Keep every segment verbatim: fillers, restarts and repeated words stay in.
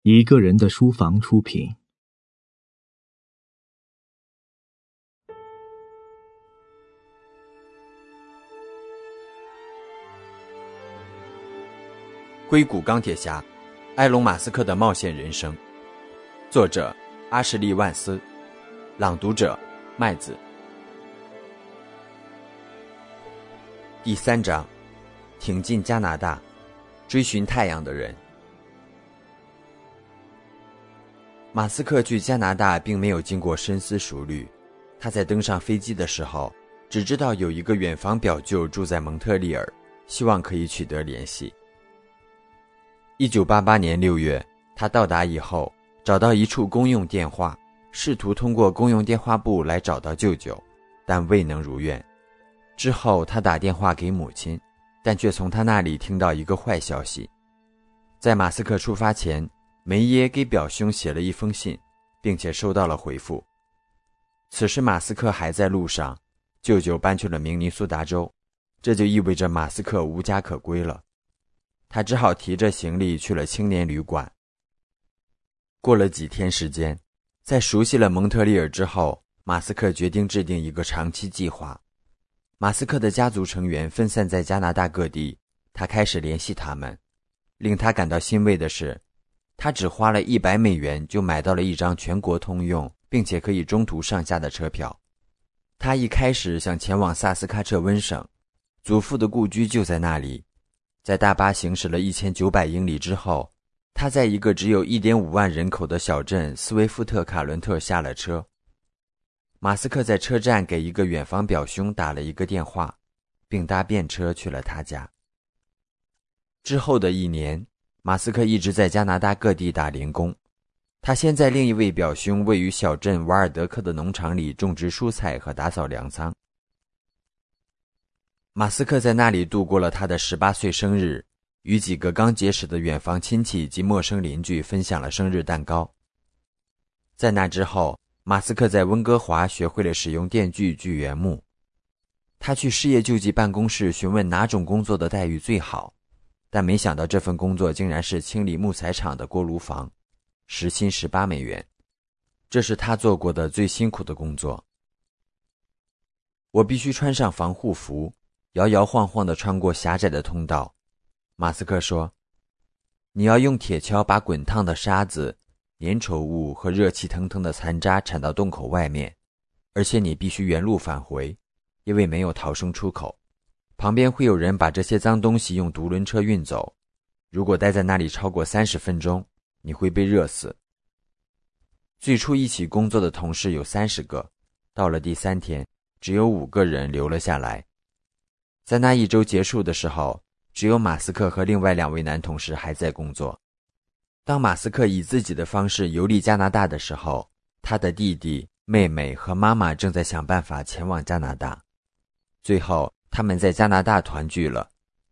一个人的书房出品。 硅谷钢铁侠埃隆·马斯克的冒险人生，作者阿什利·万斯，朗读者麦子。第三章，挺进加拿大，追寻太阳的人。马斯克去加拿大并没有经过深思熟虑，他在登上飞机的时候，只知道有一个远房表舅住在蒙特利尔，希望可以取得联系。一九八八年六月，他到达以后，找到一处公用电话，试图通过公用电话簿来找到舅舅，但未能如愿。之后他打电话给母亲，但却从他那里听到一个坏消息。在马斯克出发前，梅耶给表兄写了一封信，并且收到了回复。此时马斯克还在路上，舅舅搬去了明尼苏达州，这就意味着马斯克无家可归了。他只好提着行李去了青年旅馆。过了几天时间，在熟悉了蒙特利尔之后，马斯克决定制定一个长期计划。马斯克的家族成员分散在加拿大各地，他开始联系他们。令他感到欣慰的是，他只花了一百美元就买到了一张全国通用并且可以中途上下的车票。他一开始想前往萨斯喀彻温省，祖父的故居就在那里。在大巴行驶了一千九百英里之后，他在一个只有 一点五万人口的小镇斯威夫特卡伦特下了车。马斯克在车站给一个远房表兄打了一个电话，并搭便车去了他家。之后的一年，马斯克一直在加拿大各地打零工。他先在另一位表兄位于小镇瓦尔德克的农场里种植蔬菜和打扫粮仓。马斯克在那里度过了他的十八岁生日，与几个刚结识的远房亲戚及陌生邻居分享了生日蛋糕。在那之后，马斯克在温哥华学会了使用电锯锯原木。他去失业救济办公室询问哪种工作的待遇最好，但没想到这份工作竟然是清理木材厂的锅炉房，时薪十八美元。这是他做过的最辛苦的工作。我必须穿上防护服，摇摇晃晃地穿过狭窄的通道。马斯克说，你要用铁锹把滚烫的沙子、粘稠物和热气腾腾的残渣铲到洞口外面，而且你必须原路返回，因为没有逃生出口。旁边会有人把这些脏东西用独轮车运走，如果待在那里超过三十分钟，你会被热死。最初一起工作的同事有三十个，到了第三天，只有五个人留了下来。在那一周结束的时候，只有马斯克和另外两位男同事还在工作。当马斯克以自己的方式游历加拿大的时候，他的弟弟、妹妹和妈妈正在想办法前往加拿大。最后，他们在加拿大团聚了。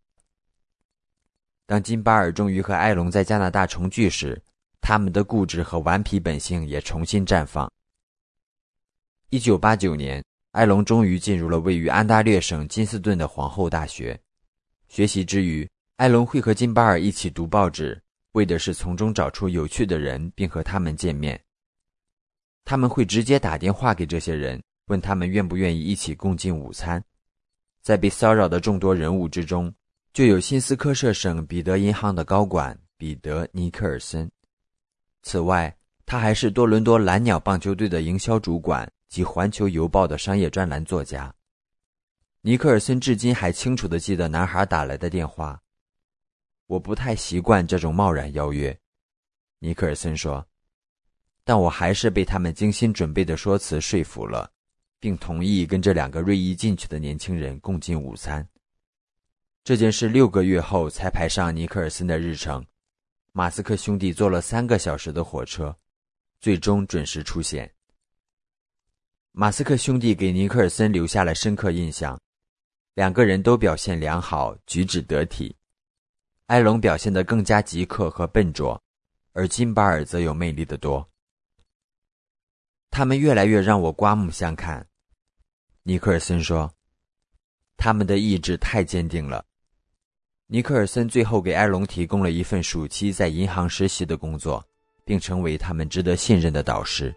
当金巴尔终于和埃隆在加拿大重聚时，他们的固执和顽皮本性也重新绽放。一九八九年，埃隆终于进入了位于安大略省金斯顿的皇后大学。学习之余，埃隆会和金巴尔一起读报纸，为的是从中找出有趣的人并和他们见面。他们会直接打电话给这些人，问他们愿不愿意一起共进午餐。在被骚扰的众多人物之中，就有新斯科舍省彼得银行的高管彼得·尼克尔森。此外，他还是多伦多蓝鸟棒球队的营销主管及环球邮报的商业专栏作家。尼克尔森至今还清楚地记得男孩打来的电话。我不太习惯这种贸然邀约，尼克尔森说，但我还是被他们精心准备的说辞说服了，并同意跟这两个锐意进取的年轻人共进午餐。这件事六个月后才排上尼克尔森的日程。马斯克兄弟坐了三个小时的火车，最终准时出现。马斯克兄弟给尼克尔森留下了深刻印象，两个人都表现良好，举止得体。埃隆表现得更加急刻和笨拙，而金巴尔则有魅力得多。他们越来越让我刮目相看，尼克尔森说，他们的意志太坚定了。尼克尔森最后给埃隆提供了一份暑期在银行实习的工作， 并成为他们值得信任的导师。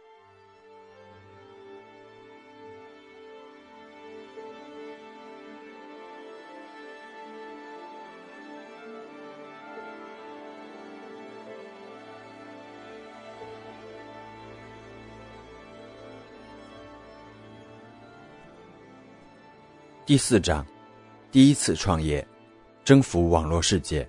第四章，第一次创业，征服网络世界。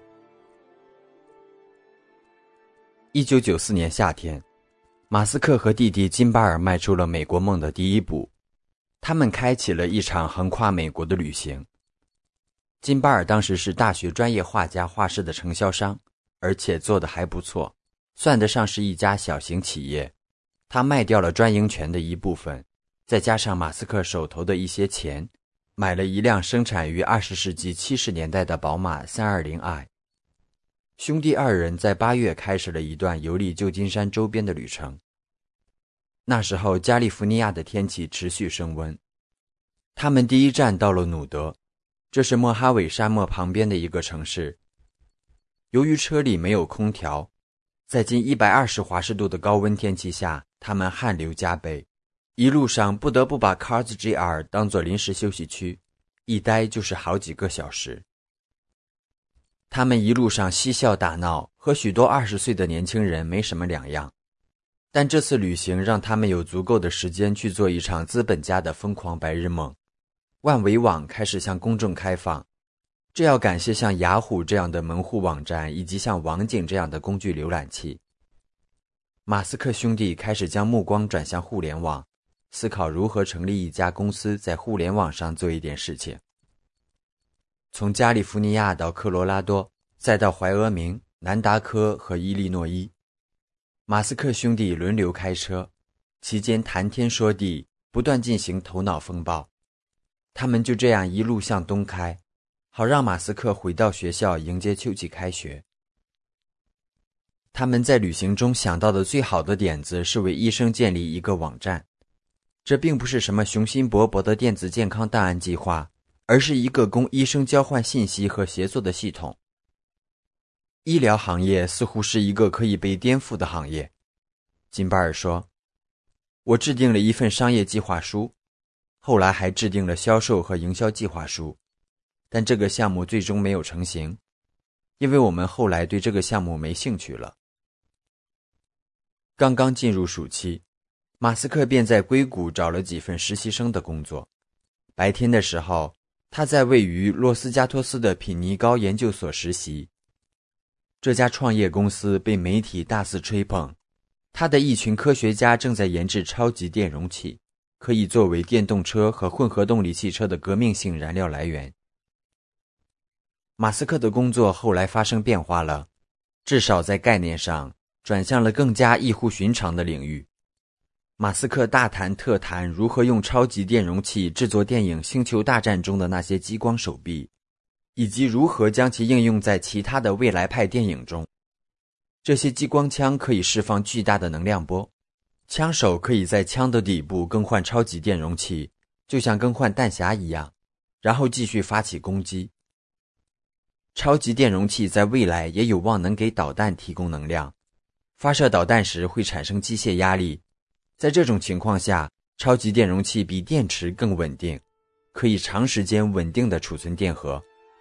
一九九四年夏天，马斯克和弟弟金巴尔迈出了美国梦的第一步，他们开启了一场横跨美国的旅行。金巴尔当时是大学专业画家画室的承销商，而且做得还不错，算得上是一家小型企业。他卖掉了专营权的一部分，再加上马斯克手头的一些钱，买了一辆生产于二十世纪七十年代的宝马 三二零i。 兄弟二人在八月开始了一段游历旧金山周边的旅程。那时候加利福尼亚的天气持续升温，他们第一站到了努德，这是莫哈韦沙漠旁边的一个城市。由于车里没有空调，在近一百二十华氏度的高温天气下，他们汗流浃背，一路上不得不把 Cars G R 当作临时休息区，一待就是好几个小时。他们一路上嬉笑打闹，和许多二十岁的年轻人没什么两样。但这次旅行让他们有足够的时间去做一场资本家的疯狂白日梦。万维网开始向公众开放，这要感谢像雅虎这样的门户网站，以及像网景这样的工具浏览器。马斯克兄弟开始将目光转向互联网，思考如何成立一家公司，在互联网上做一点事情。从加利福尼亚到科罗拉多，再到怀俄明、南达科和伊利诺伊，马斯克兄弟轮流开车，期间谈天说地，不断进行头脑风暴。他们就这样一路向东开，好让马斯克回到学校迎接秋季开学。他们在旅行中想到的最好的点子是为医生建立一个网站，这并不是什么雄心勃勃的电子健康档案计划，而是一个供医生交换信息和协作的系统。医疗行业似乎是一个可以被颠覆的行业，金巴尔说，我制定了一份商业计划书，后来还制定了销售和营销计划书，但这个项目最终没有成型，因为我们后来对这个项目没兴趣了。刚刚进入暑期，马斯克便在硅谷找了几份实习生的工作。白天的时候，他在位于洛斯加托斯的品尼高研究所实习。这家创业公司被媒体大肆吹捧，他的一群科学家正在研制超级电容器，可以作为电动车和混合动力汽车的革命性燃料来源。马斯克的工作后来发生变化了，至少在概念上转向了更加异乎寻常的领域。马斯克大谈特谈如何用超级电容器制作电影《星球大战》中的那些激光手臂，以及如何将其应用在其他的未来派电影中。这些激光枪可以释放巨大的能量波，枪手可以在枪的底部更换超级电容器，就像更换弹匣一样，然后继续发起攻击。超级电容器在未来也有望能给导弹提供能量，发射导弹时会产生机械压力，在这种情况下，超级电容器比电池更稳定，可以长时间稳定地储存电荷。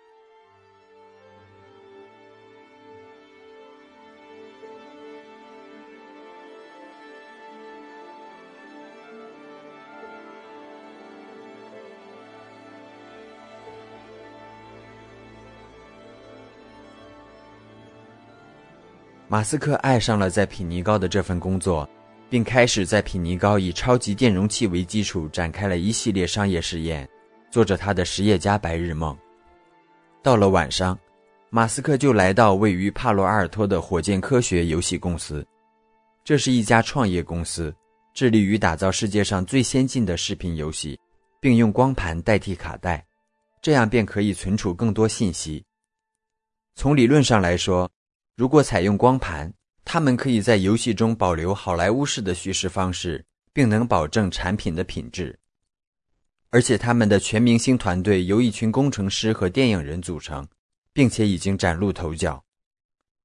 马斯克爱上了在品尼高的这份工作，并开始在品尼高以超级电容器为基础展开了一系列商业实验，做着他的实业家白日梦。到了晚上，马斯克就来到位于帕洛阿尔托的火箭科学游戏公司。这是一家创业公司，致力于打造世界上最先进的视频游戏，并用光盘代替卡带，这样便可以存储更多信息。从理论上来说，如果采用光盘，他们可以在游戏中保留好莱坞式的叙事方式，并能保证产品的品质。而且他们的全明星团队由一群工程师和电影人组成，并且已经崭露头角。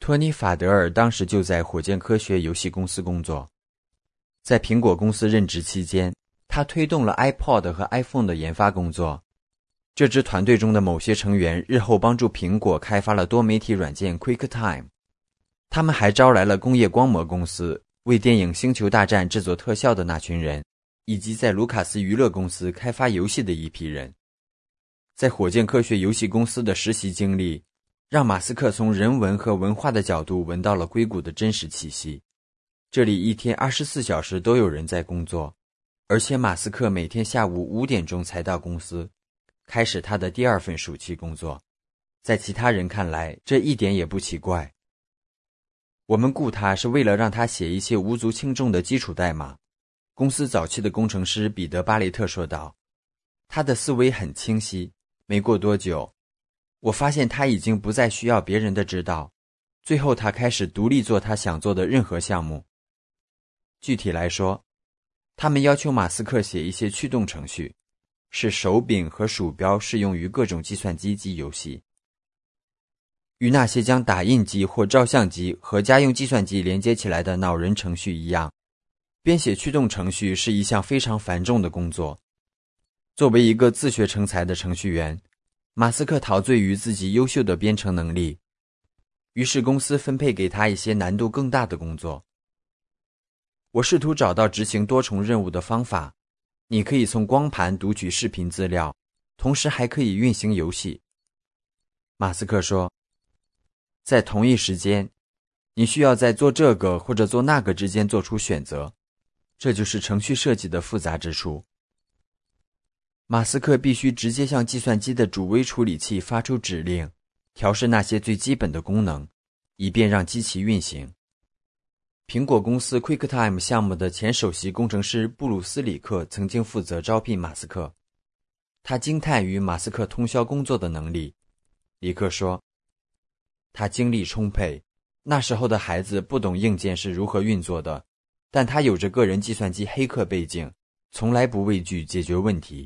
托尼·法德尔当时就在火箭科学游戏公司工作。在苹果公司任职期间，他推动了 iPod 和 iPhone 的研发工作。这支团队中的某些成员日后帮助苹果开发了多媒体软件 QuickTime。他们还招来了工业光魔公司，为电影《星球大战》制作特效的那群人，以及在卢卡斯娱乐公司开发游戏的一批人。在火箭科学游戏公司的实习经历，让马斯克从人文和文化的角度闻到了硅谷的真实气息。这里一天二十四小时都有人在工作，而且马斯克每天下午五点钟才到公司，开始他的第二份暑期工作。在其他人看来，这一点也不奇怪。我们雇他是为了让他写一些无足轻重的基础代码，公司早期的工程师彼得·巴雷特说道。他的思维很清晰，没过多久，我发现他已经不再需要别人的指导，最后他开始独立做他想做的任何项目。具体来说，他们要求马斯克写一些驱动程序，使手柄和鼠标适用于各种计算机及游戏。与那些将打印机或照相机和家用计算机连接起来的恼人程序一样，编写驱动程序是一项非常繁重的工作。作为一个自学成才的程序员，马斯克陶醉于自己优秀的编程能力，于是公司分配给他一些难度更大的工作。我试图找到执行多重任务的方法，你可以从光盘读取视频资料，同时还可以运行游戏。马斯克说，在同一时间，你需要在做这个或者做那个之间做出选择，这就是程序设计的复杂之处。马斯克必须直接向计算机的主微处理器发出指令，调试那些最基本的功能，以便让机器运行。苹果公司 QuickTime 项目的前首席工程师布鲁斯·里克曾经负责招聘马斯克，他惊叹于马斯克通宵工作的能力。里克说，他精力充沛，那时候的孩子不懂硬件是如何运作的，但他有着个人计算机黑客背景，从来不畏惧解决问题。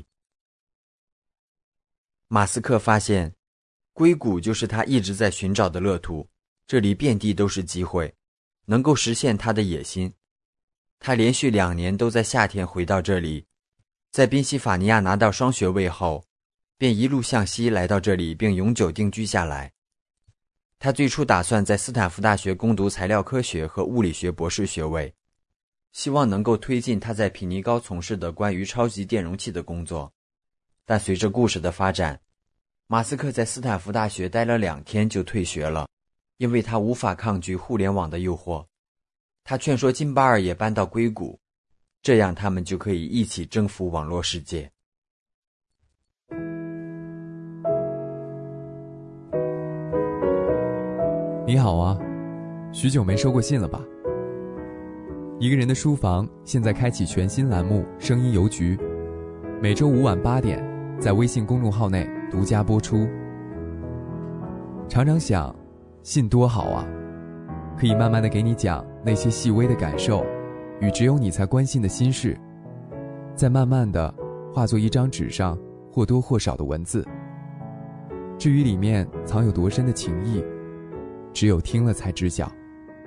马斯克发现，硅谷就是他一直在寻找的乐土，这里遍地都是机会，能够实现他的野心。他连续两年都在夏天回到这里，在宾夕法尼亚拿到双学位后，便一路向西来到这里并永久定居下来。他最初打算在斯坦福大学攻读材料科学和物理学博士学位，希望能够推进他在匹尼高从事的关于超级电容器的工作。但随着故事的发展，马斯克在斯坦福大学待了两天就退学了，因为他无法抗拒互联网的诱惑。他劝说金巴尔也搬到硅谷，这样他们就可以一起征服网络世界。 你好啊，许久没收过信了吧？一个人的书房现在开启全新栏目声音邮局，每周五晚八点在微信公众号内独家播出。常常想，信多好啊，可以慢慢的给你讲那些细微的感受与只有你才关心的心事，再慢慢的化作一张纸上或多或少的文字。至于里面藏有多深的情谊，只有听了才知晓。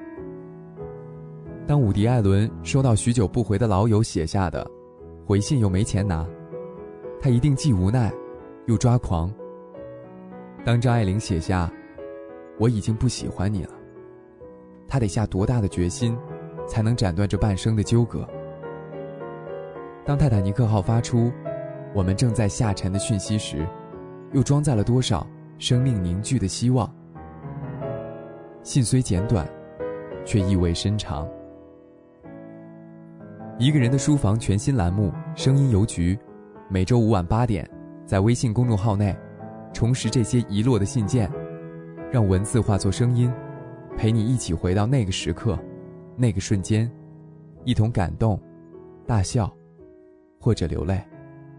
当伍迪·艾伦收到许久不回的老友写下的回信又没钱拿，他一定既无奈又抓狂。当张爱玲写下我已经不喜欢你了，他得下多大的决心才能斩断这半生的纠葛。当泰坦尼克号发出我们正在下沉的讯息时，又装载了多少生命凝聚的希望。信虽简短，却意味深长。一个人的书房全新栏目声音邮局，每周五晚八点在微信公众号内重拾这些遗落的信件，让文字化作声音，陪你一起回到那个时刻，那个瞬间，一同感动、大笑或者流泪。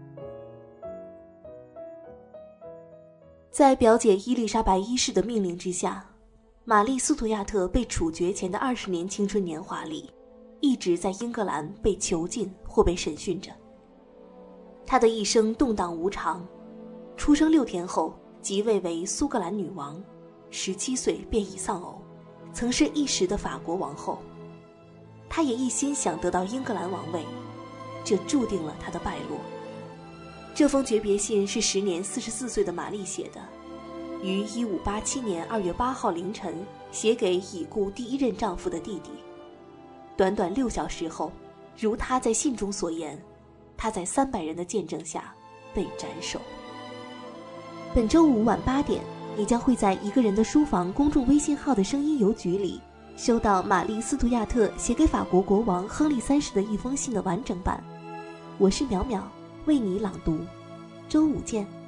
在表姐伊丽莎白一世的命令之下，玛丽·斯图亚特被处决前的二十年青春年华里，一直在英格兰被囚禁或被审讯着。她的一生动荡无常，出生六天后即位为苏格兰女王，十七岁便已丧偶， 曾是一时的法国王后。她也一心想得到英格兰王位，这注定了她的败落。这封诀别信是时年四十四岁的玛丽写的，于一五八七年二月八号凌晨写给已故第一任丈夫的弟弟。短短六小时后，如她在信中所言，她在三百人的见证下被斩首。本周五晚八点，你将会在一个人的书房公众微信号的声音邮局里收到玛丽·斯图亚特写给法国国王亨利三世的一封信的完整版。我是淼淼，为你朗读。周五见。